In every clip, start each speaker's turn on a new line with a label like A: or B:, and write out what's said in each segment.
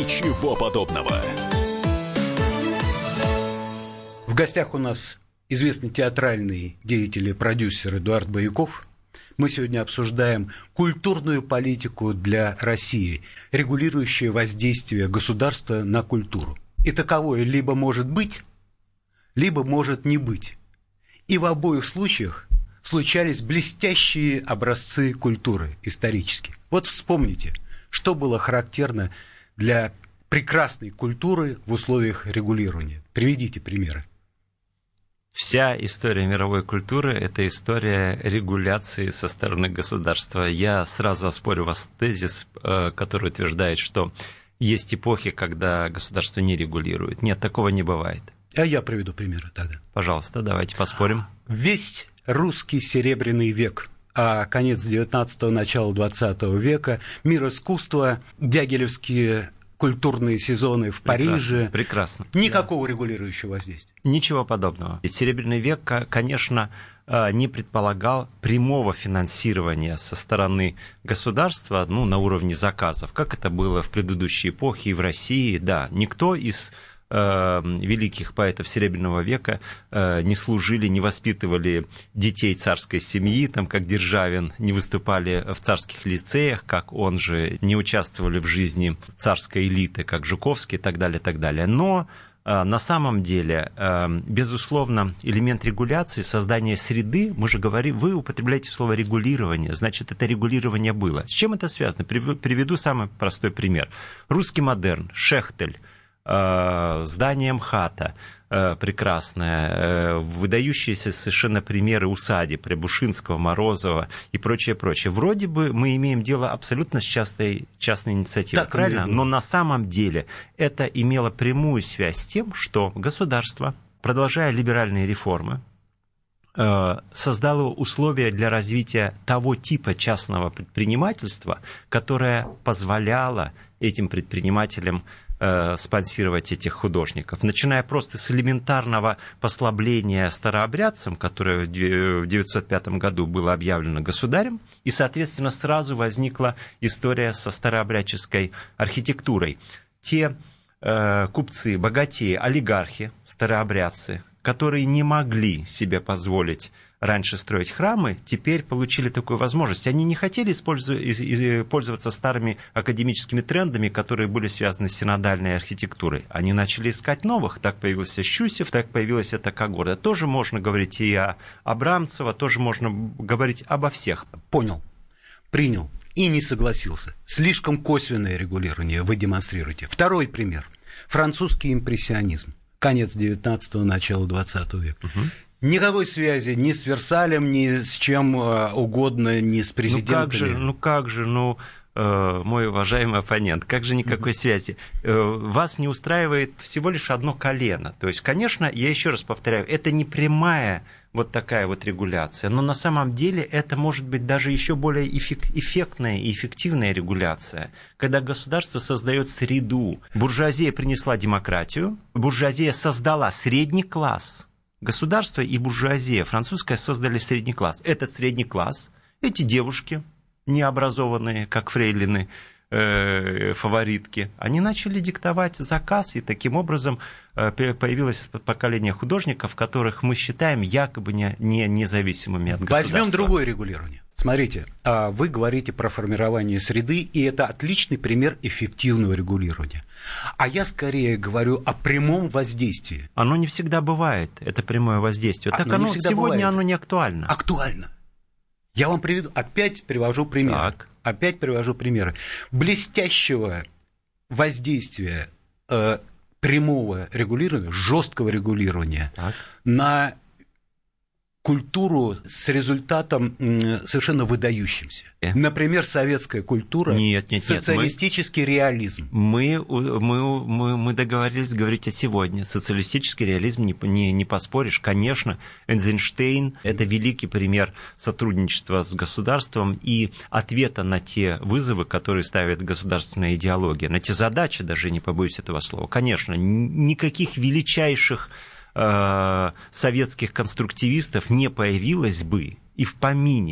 A: Ничего подобного.
B: В гостях у нас известный театральный деятель и продюсер Эдуард Баюков. Мы сегодня обсуждаем культурную политику для России, регулирующее воздействие государства на культуру. И таковое либо может быть, либо может не быть. И в обоих случаях случались блестящие образцы культуры исторические. Вот вспомните, что было характерно для прекрасной культуры в условиях регулирования. Приведите примеры.
C: Вся история мировой культуры – это история регуляции со стороны государства. Я сразу оспорю вас тезис, который утверждает, что есть эпохи, когда государство не регулирует. Нет, такого не бывает.
B: А я приведу примеры тогда.
C: Пожалуйста, давайте поспорим.
B: Весь русский серебряный век, а конец 19-го, начало 20 века, мир искусства, дягилевские культурные сезоны в Париже.
C: Прекрасно.
B: Никакого регулирующего воздействия.
C: Ничего подобного. Серебряный век, конечно, не предполагал прямого финансирования со стороны государства, на уровне заказов, как это было в предыдущей эпохе и в России. Да, никто из великих поэтов Серебряного века не служили, не воспитывали детей царской семьи, там, как Державин, не выступали в царских лицеях, как он же, не участвовали в жизни царской элиты, как Жуковский и так далее, и так далее. Но на самом деле, безусловно, элемент регуляции, создания среды, мы же говорим, вы употребляете слово регулирование, значит, это регулирование было. С чем это связано? Приведу самый простой пример. Русский модерн, Шехтель, здание МХАТа прекрасное, выдающиеся совершенно примеры усадеб Прибушинского, Морозова и прочее, прочее. Вроде бы мы имеем дело абсолютно с частной инициативой, так, правильно? Но на самом деле это имело прямую связь с тем, что государство, продолжая либеральные реформы, создало условия для развития того типа частного предпринимательства, которое позволяло этим предпринимателям спонсировать этих художников, начиная просто с элементарного послабления старообрядцам, которое в 1905 году было объявлено государем, и, соответственно, сразу возникла история со старообрядческой архитектурой. Те купцы, богатеи, олигархи, старообрядцы, которые не могли себе позволить раньше строить храмы, теперь получили такую возможность. Они не хотели пользоваться старыми академическими трендами, которые были связаны с синодальной архитектурой. Они начали искать новых. Так появился Щусев, так появилась эта когорта. Тоже можно говорить и о Абрамцева, тоже можно говорить обо всех.
B: Понял, принял и не согласился. Слишком косвенное регулирование вы демонстрируете. Второй пример. Французский импрессионизм. Конец 19-го, начало 20 века. Угу. Никакой связи ни с Версалем, ни с чем угодно, ни с президентами.
C: Мой уважаемый оппонент, как же никакой связи? Вас не устраивает всего лишь одно колено. То есть, конечно, я еще раз повторяю, это не прямая вот такая вот регуляция, но на самом деле это может быть даже еще более эффектная и эффективная регуляция, когда государство создает среду. Буржуазия принесла демократию, буржуазия создала средний класс. Государство и буржуазия французская создали средний класс. Этот средний класс, эти девушки, необразованные, как фрейлины, фаворитки, они начали диктовать заказ, и таким образом появилось поколение художников, которых мы считаем якобы не независимыми от государства.
B: Возьмем другое регулирование. Смотрите, вы говорите про формирование среды, и это отличный пример эффективного регулирования. А я скорее говорю о прямом воздействии.
C: Оно не всегда бывает, это прямое воздействие. Так оно сегодня бывает. Оно не актуально.
B: Актуально. Я вам опять привожу примеры. Опять привожу примеры. Блестящего воздействия прямого регулирования, жесткого регулирования на культуру с результатом совершенно выдающимся. Например, советская культура, социалистический реализм.
C: Мы договорились говорить о сегодня. Социалистический реализм не поспоришь. Конечно, Эйзенштейн – это великий пример сотрудничества с государством и ответа на те вызовы, которые ставит государственная идеология, на те задачи, даже не побоюсь этого слова. Конечно, никаких величайших советских конструктивистов не появилось бы и в помине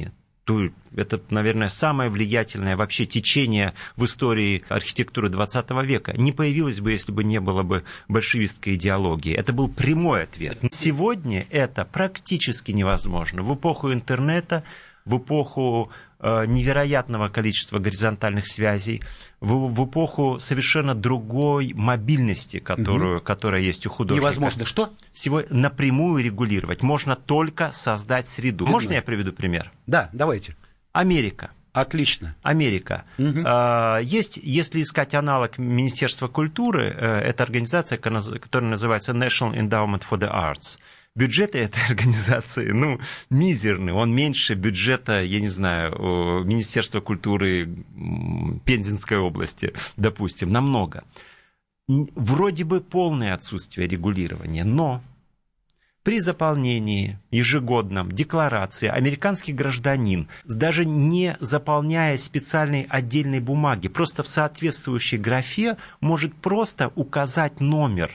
C: это, наверное, самое влиятельное вообще течение в истории архитектуры 20 века. Не появилось бы, если бы не было бы большевистской идеологии. Это был прямой ответ. Сегодня это практически невозможно. В эпоху интернета, в эпоху невероятного количества горизонтальных связей, в эпоху совершенно другой мобильности, которая есть у художника.
B: Невозможно что?
C: Сегодня напрямую регулировать. Можно только создать среду. Можно я приведу пример?
B: Да, давайте.
C: Америка.
B: Отлично.
C: Америка. Есть, если искать аналог Министерства культуры, это организация, которая называется National Endowment for the Arts. Бюджеты этой организации, мизерный. Он меньше бюджета, я не знаю, Министерства культуры Пензенской области, допустим, намного. Вроде бы полное отсутствие регулирования, но при заполнении ежегодном декларации американский гражданин, даже не заполняя специальной отдельной бумаги, просто в соответствующей графе может просто указать номер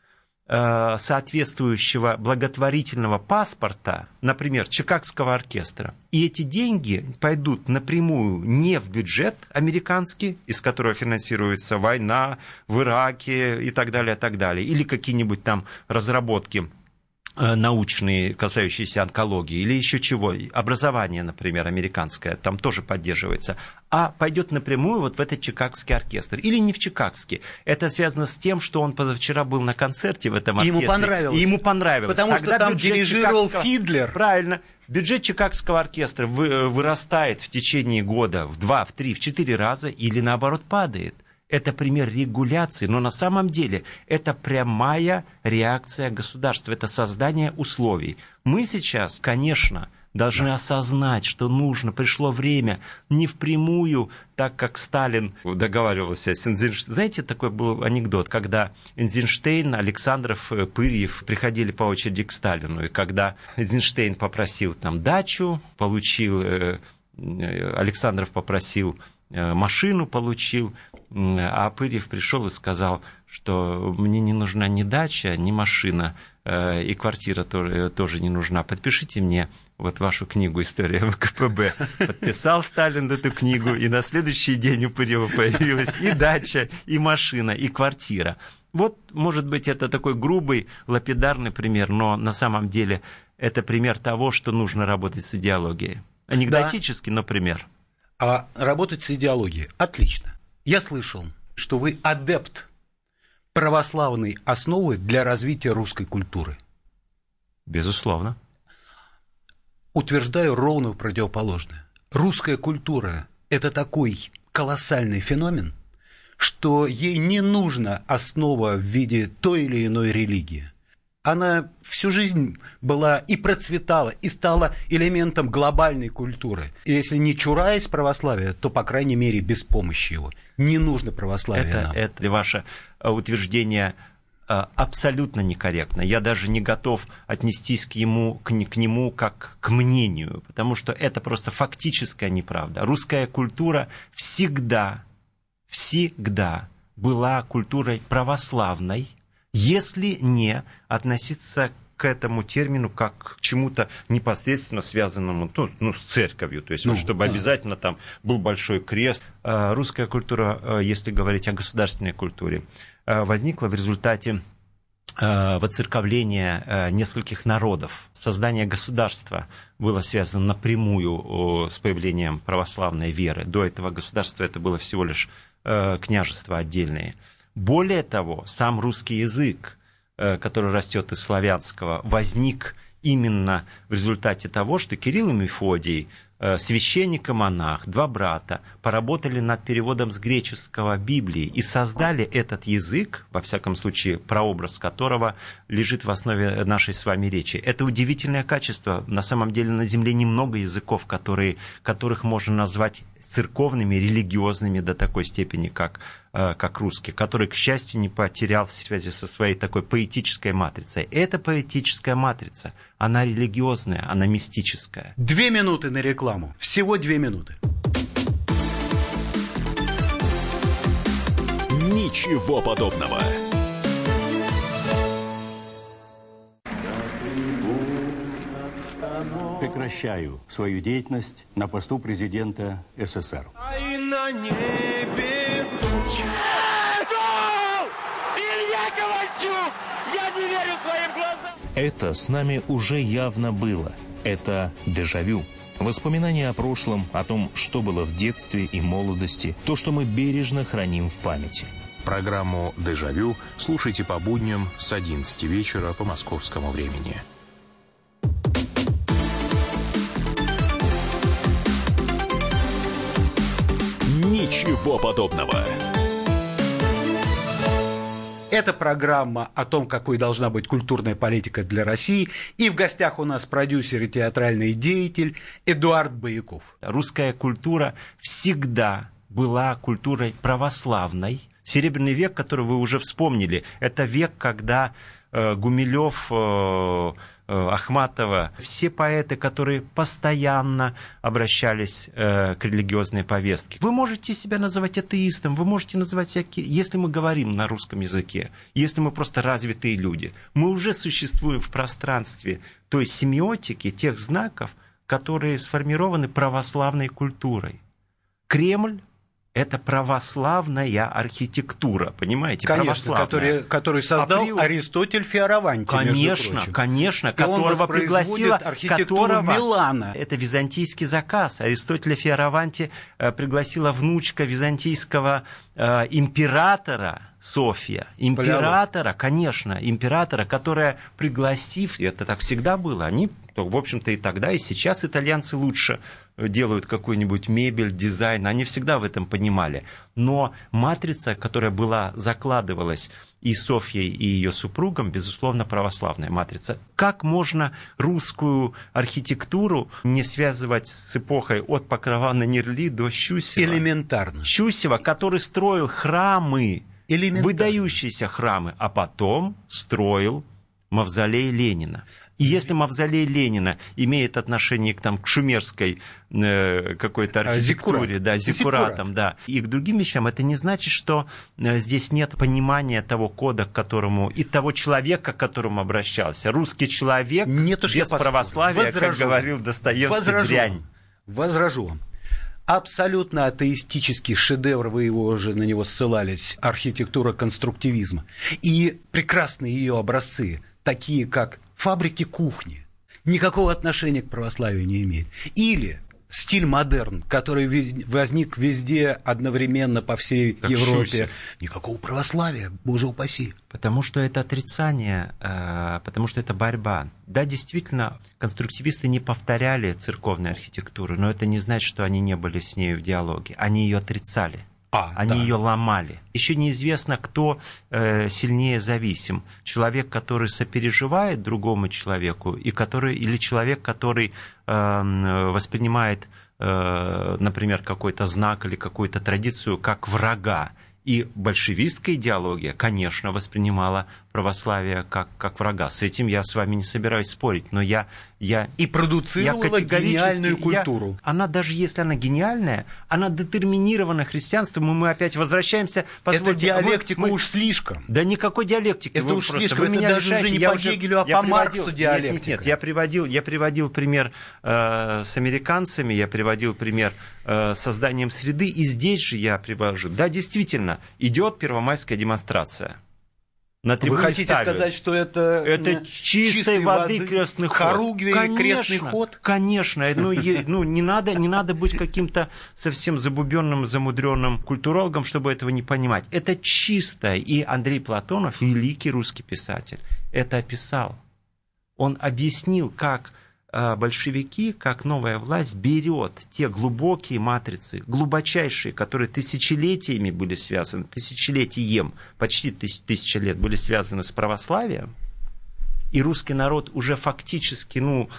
C: соответствующего благотворительного паспорта, например, Чикагского оркестра. И эти деньги пойдут напрямую не в бюджет американский, из которого финансируется война в Ираке и так далее, или какие-нибудь там разработки научные, касающиеся онкологии, или еще чего, образование, например, американское, там тоже поддерживается, а пойдет напрямую вот в этот Чикагский оркестр. Или не в Чикагский. Это связано с тем, что он позавчера был на концерте в этом оркестре.
B: И ему понравилось. Потому
C: Тогда
B: что там дирижировал Фидлер.
C: Правильно. Бюджет Чикагского оркестра вырастает в течение года в 2, в 3, в 4 раза или наоборот падает. Это пример регуляции, но на самом деле это прямая реакция государства, это создание условий. Мы сейчас, конечно, должны осознать, что пришло время не впрямую, так как Сталин договаривался с Эйзенштейном. Знаете, такой был анекдот, когда Эйзенштейн, Александров, Пырьев приходили по очереди к Сталину, и когда Эйзенштейн попросил там дачу, Александров попросил машину, получил, а Пырьев пришел и сказал, что мне не нужна ни дача, ни машина, и квартира тоже не нужна. Подпишите мне вот вашу книгу «История ВКПБ». Подписал Сталин эту книгу, и на следующий день у Пырьева появилась и дача, и машина, и квартира. Вот, может быть, это такой грубый, лапидарный пример, но на самом деле это пример того, что нужно работать с идеологией. Анекдотический, но пример.
B: А работать с идеологией. Отлично. Я слышал, что вы адепт православной основы для развития русской культуры.
C: Безусловно.
B: Утверждаю ровно противоположное. Русская культура – это такой колоссальный феномен, что ей не нужна основа в виде той или иной религии. Она всю жизнь была и процветала, и стала элементом глобальной культуры. И если не чураясь православия, то, по крайней мере, без помощи его. Не нужно православия нам.
C: Это ваше утверждение абсолютно некорректно. Я даже не готов отнестись к нему как к мнению, потому что это просто фактическая неправда. Русская культура всегда была культурой православной, если не относиться к этому термину как к чему-то непосредственно связанному с церковью. То есть, чтобы обязательно там был большой крест. Русская культура, если говорить о государственной культуре, возникла в результате воцерковления нескольких народов. Создание государства было связано напрямую с появлением православной веры. До этого государства это было всего лишь княжества отдельные. Более того, сам русский язык, который растет из славянского, возник именно в результате того, что Кирилл и Мефодий, священник и монах, два брата, поработали над переводом с греческого Библии и создали этот язык, во всяком случае, прообраз которого лежит в основе нашей с вами речи. Это удивительное качество. На самом деле на Земле немного языков, которых можно назвать церковными, религиозными до такой степени, как русский, который, к счастью, не потерял связи со своей такой поэтической матрицей. Эта поэтическая матрица, она религиозная, она мистическая.
B: 2 минуты на рекламу. Всего 2 минуты.
A: Ничего подобного.
D: прекращаю свою деятельность на посту президента СССР.
E: На небе тучи. Илья Ковальчук! Я не верю своим глазам!
F: Это с нами уже явно было. Это дежавю. Воспоминания о прошлом, о том, что было в детстве и молодости, то, что мы бережно храним в памяти.
G: Программу «Дежавю» слушайте по будням с 11 вечера по московскому времени.
A: Ничего подобного.
B: Это программа о том, какой должна быть культурная политика для России. И в гостях у нас продюсер и театральный деятель Эдуард Бояков.
C: Русская культура всегда была культурой православной. Серебряный век, который вы уже вспомнили, это век, когда Гумилев, Ахматова, все поэты, которые постоянно обращались к религиозной повестке. Вы можете себя называть атеистом, вы можете называть всякие... Если мы говорим на русском языке, если мы просто развитые люди, мы уже существуем в пространстве той семиотики, тех знаков, которые сформированы православной культурой. Кремль — это православная архитектура, понимаете?
B: Конечно, который создал Аристотель Фиораванти, между прочим.
C: Конечно, которого пригласила
B: архитектуру Милана.
C: Это византийский заказ. Аристотеля Фиораванти пригласила внучка византийского императора Софья. Императора, которая, пригласив, это так всегда было, они, в общем-то, и тогда, и сейчас итальянцы лучше делают какую-нибудь мебель, дизайн, они всегда в этом понимали. Но матрица, которая закладывалась и Софьей, и ее супругом, безусловно, православная матрица. Как можно русскую архитектуру не связывать с эпохой от Покрова на Нерли до Щусева?
B: Элементарно.
C: Щусева, который строил храмы, выдающиеся храмы, а потом строил мавзолей Ленина. И если мавзолей Ленина имеет отношение к шумерской какой-то архитектуре, зиккуратам, и к другим вещам, это не значит, что здесь нет понимания того кода, к которому, и того человека, к которому обращался. Русский человек без православия, как говорил Достоевский, дрянь.
B: Возражу вам. Абсолютно атеистический шедевр, вы уже на него ссылались, архитектура конструктивизма. И прекрасные ее образцы, такие как фабрики кухни, никакого отношения к православию не имеет. Или стиль модерн, который возник везде одновременно по всей как Европе. Щусев. Никакого православия, боже упаси.
C: Потому что это отрицание, потому что это борьба. Да, действительно, конструктивисты не повторяли церковной архитектуры, но это не значит, что они не были с нею в диалоге. Они ее отрицали. Они ее ломали. Еще неизвестно, кто сильнее зависим. Человек, который сопереживает другому человеку, или человек, который воспринимает, например, какой-то знак или какую-то традицию как врага. И большевистская идеология, конечно, воспринимала православие как врага. С этим я с вами не собираюсь спорить, но я
B: и продуцировала гениальную культуру.
C: Она, даже если она гениальная, она детерминирована христианством, и мы опять возвращаемся...
B: Это диалектика уж слишком.
C: Да никакой диалектики.
B: Это уж слишком. Это даже уже не по Гегелю, а по Марксу диалектика.
C: Нет, я приводил пример с американцами, я приводил пример с созданием среды, и здесь же я привожу. Да, действительно, идет первомайская демонстрация.
B: Вы хотите сказать, что это
C: чистой воды крестный ход?
B: Хоругвий, крестный ход?
C: Конечно. Не надо быть каким-то совсем забубенным, замудренным культурологом, чтобы этого не понимать. Это чисто. И Андрей Платонов, великий русский писатель, это описал. Он объяснил, как большевики, как новая власть берет те глубокие матрицы, глубочайшие, которые тысячелетиями были связаны, почти 1000 лет были связаны с православием, и русский народ уже фактически,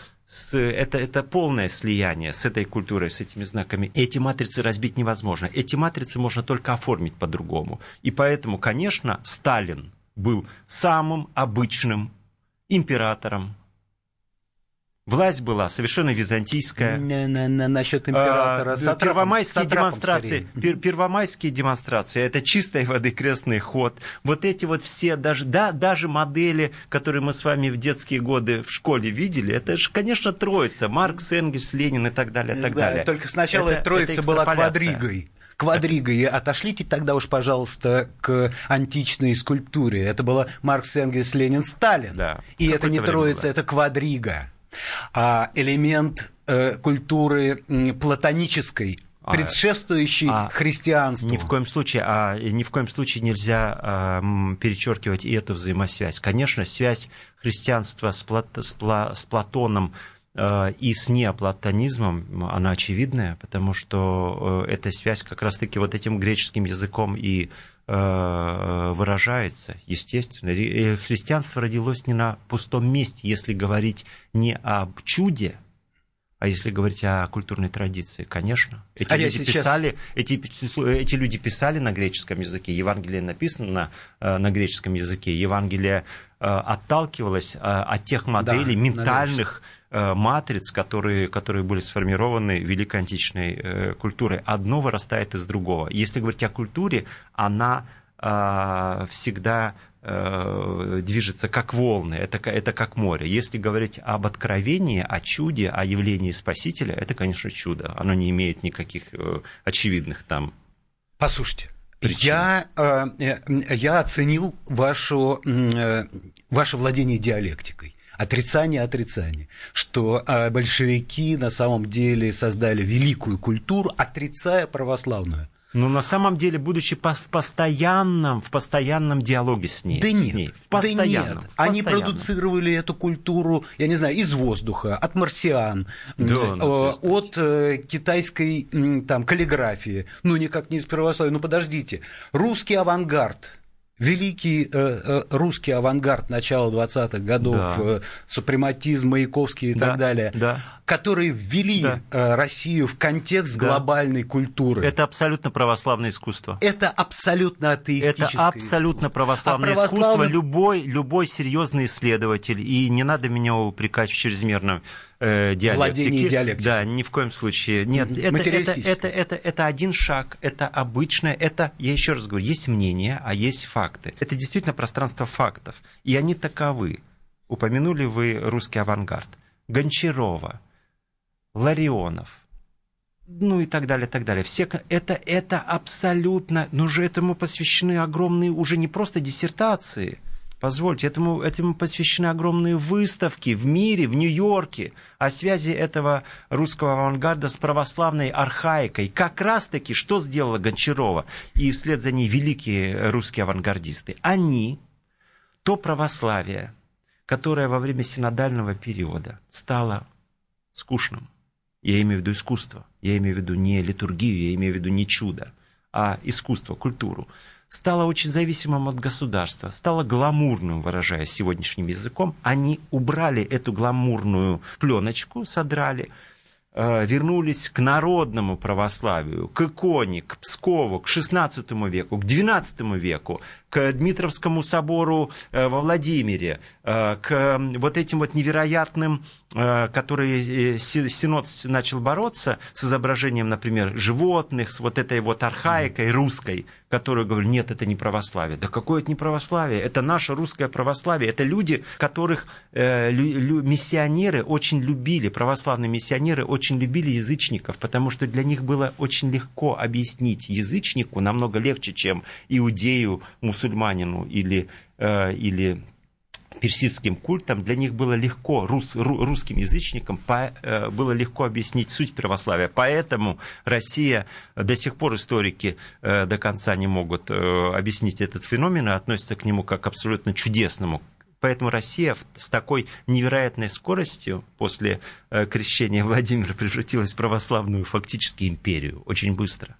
C: это полное слияние с этой культурой, с этими знаками. Эти матрицы разбить невозможно. Эти матрицы можно только оформить по-другому. И поэтому, конечно, Сталин был самым обычным императором Власть была совершенно византийская.
B: Насчет императора.
C: Первомайские демонстрации, это чистой воды крестный ход. Вот эти вот все, даже модели, которые мы с вами в детские годы в школе видели, это же, конечно, троица. Маркс, Энгельс, Ленин и так далее, и так далее.
B: Только сначала троица была квадригой. Отошлите тогда уж, пожалуйста, к античной скульптуре. Это было Маркс, Энгельс, Ленин, Сталин.
C: Да,
B: и это не троица, это квадрига. А элемент культуры платонической, предшествующей христианству.
C: Ни в коем случае нельзя перечеркивать и эту взаимосвязь. Конечно, связь христианства с Платоном и с неоплатонизмом, она очевидная, потому что эта связь как раз-таки вот этим греческим языком и выражается, естественно. Христианство родилось не на пустом месте, если говорить не об чуде, а если говорить о культурной традиции. Конечно. Эти люди писали на греческом языке, Евангелие написано на греческом языке, Евангелие отталкивалось от тех моделей ментальных матриц, которые были сформированы великой античной культурой. Одно вырастает из другого. Если говорить о культуре, она всегда движется как волны, это как море. Если говорить об откровении, о чуде, о явлении Спасителя, это, конечно, чудо. Оно не имеет никаких очевидных там
B: Послушайте,
C: причин.
B: Я оценил ваше владение диалектикой. Отрицание, что большевики на самом деле создали великую культуру, отрицая православную.
C: Но на самом деле, будучи в постоянном диалоге с ней.
B: Да нет. Они продуцировали эту культуру, я не знаю, из воздуха, от марсиан, от китайской каллиграфии, никак не из православия. Подождите, русский авангард. Великий русский авангард начала 20-х годов, супрематизм, Маяковский и так далее, которые ввели Россию в контекст глобальной культуры.
C: Это абсолютно православное искусство.
B: Это абсолютно атеистическое
C: искусство. Это абсолютно православное искусство. Любой серьезный исследователь, и не надо меня упрекать в чрезмерном
B: владение диалектикой.
C: Да, ни в коем случае. Нет, это один шаг, это обычное, я еще раз говорю, есть мнение, а есть факты. Это действительно пространство фактов, и они таковы. Упомянули вы русский авангард. Гончарова, Ларионов, и так далее, так далее. Все это абсолютно, же этому посвящены огромные уже не просто диссертации. Позвольте, этому посвящены огромные выставки в мире, в Нью-Йорке о связи этого русского авангарда с православной архаикой. Как раз-таки, что сделала Гончарова и вслед за ней великие русские авангардисты? Они, то православие, которое во время синодального периода стало скучным, я имею в виду искусство, я имею в виду не литургию, я имею в виду не чудо, а искусство, культуру, стало очень зависимым от государства, стало гламурным, выражаясь сегодняшним языком. Они убрали эту гламурную пленочку, содрали, вернулись к народному православию, к иконе, к Пскову, к XVI веку, к XII веку, к Дмитровскому собору во Владимире, к вот этим вот невероятным, которые Синод начал бороться с изображением, например, животных, с вот этой вот архаикой русской, которую говорю, нет, это не православие. Да какое это не православие? Это наше русское православие. Это люди, которых миссионеры очень любили, православные миссионеры очень любили язычников, потому что для них было очень легко объяснить язычнику, намного легче, чем иудею, мусульманину или персидским культом. Для них было легко, русским язычникам было легко объяснить суть православия. Поэтому Россия, до сих пор историки до конца не могут объяснить этот феномен и относятся к нему как к абсолютно чудесному. Поэтому Россия с такой невероятной скоростью после крещения Владимира превратилась в православную фактически империю. Очень быстро.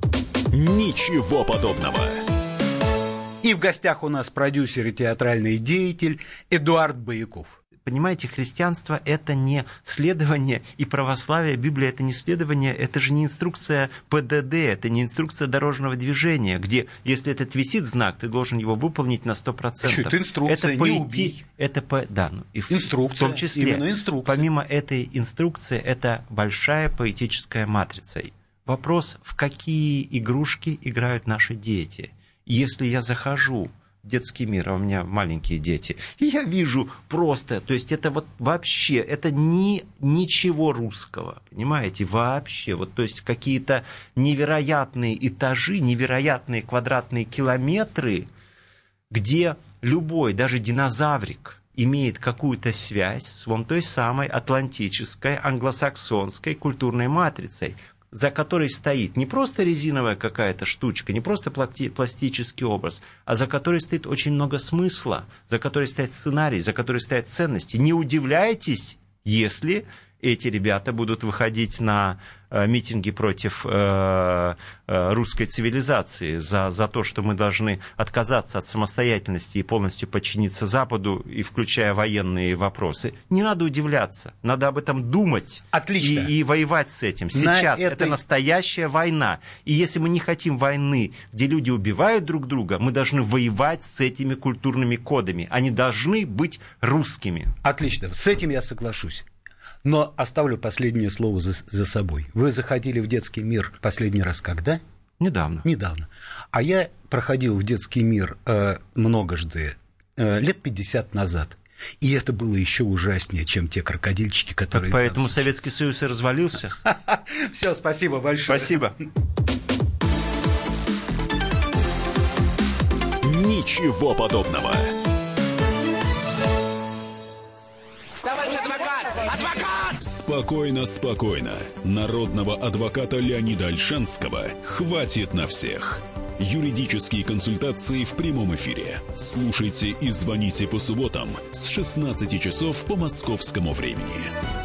A: Ничего подобного.
B: И в гостях у нас продюсер и театральный деятель Эдуард Бояков.
C: Понимаете, христианство – это не следование, и православие, Библия – это не следование, это же не инструкция ПДД, это не инструкция дорожного движения, где, если этот висит знак, ты должен его выполнить на 100%.
B: Это инструкция,
C: это
B: не убей.
C: Да, ну, и
B: инструкция,
C: в том числе,
B: именно инструкция.
C: помимо этой инструкции, это большая поэтическая матрица. Вопрос, в какие игрушки играют наши дети. Если я захожу детский мир, а у меня маленькие дети, и я вижу просто, то есть это вот вообще, это ничего русского, понимаете, вообще, вот, то есть какие-то невероятные этажи, невероятные квадратные километры, где любой, даже динозаврик, имеет какую-то связь с вон той самой атлантической, англосаксонской культурной матрицей, за которой стоит не просто резиновая какая-то штучка, не просто пластический образ, а за которой стоит очень много смысла, за которой стоит сценарий, за которой стоят ценности. Не удивляйтесь, если эти ребята будут выходить на митинги против русской цивилизации, за то, что мы должны отказаться от самостоятельности и полностью подчиниться Западу, и включая военные вопросы. Не надо удивляться, надо об этом думать.
B: Отлично.
C: И воевать с этим. Сейчас это настоящая война. И если мы не хотим войны, где люди убивают друг друга, мы должны воевать с этими культурными кодами. Они должны быть русскими.
B: Отлично, с этим я соглашусь. Но оставлю последнее слово за собой. Вы заходили в детский мир последний раз когда?
C: Недавно.
B: А я проходил в детский мир многожды, лет 50 назад. И это было еще ужаснее, чем те крокодильчики, которые...
C: Так поэтому Советский Союз и развалился.
B: Все, спасибо большое.
C: Спасибо.
A: Ничего подобного. Спокойно, спокойно. Народного адвоката Леонида Ольшанского хватит на всех. Юридические консультации в прямом эфире. Слушайте и звоните по субботам с 16 часов по московскому времени.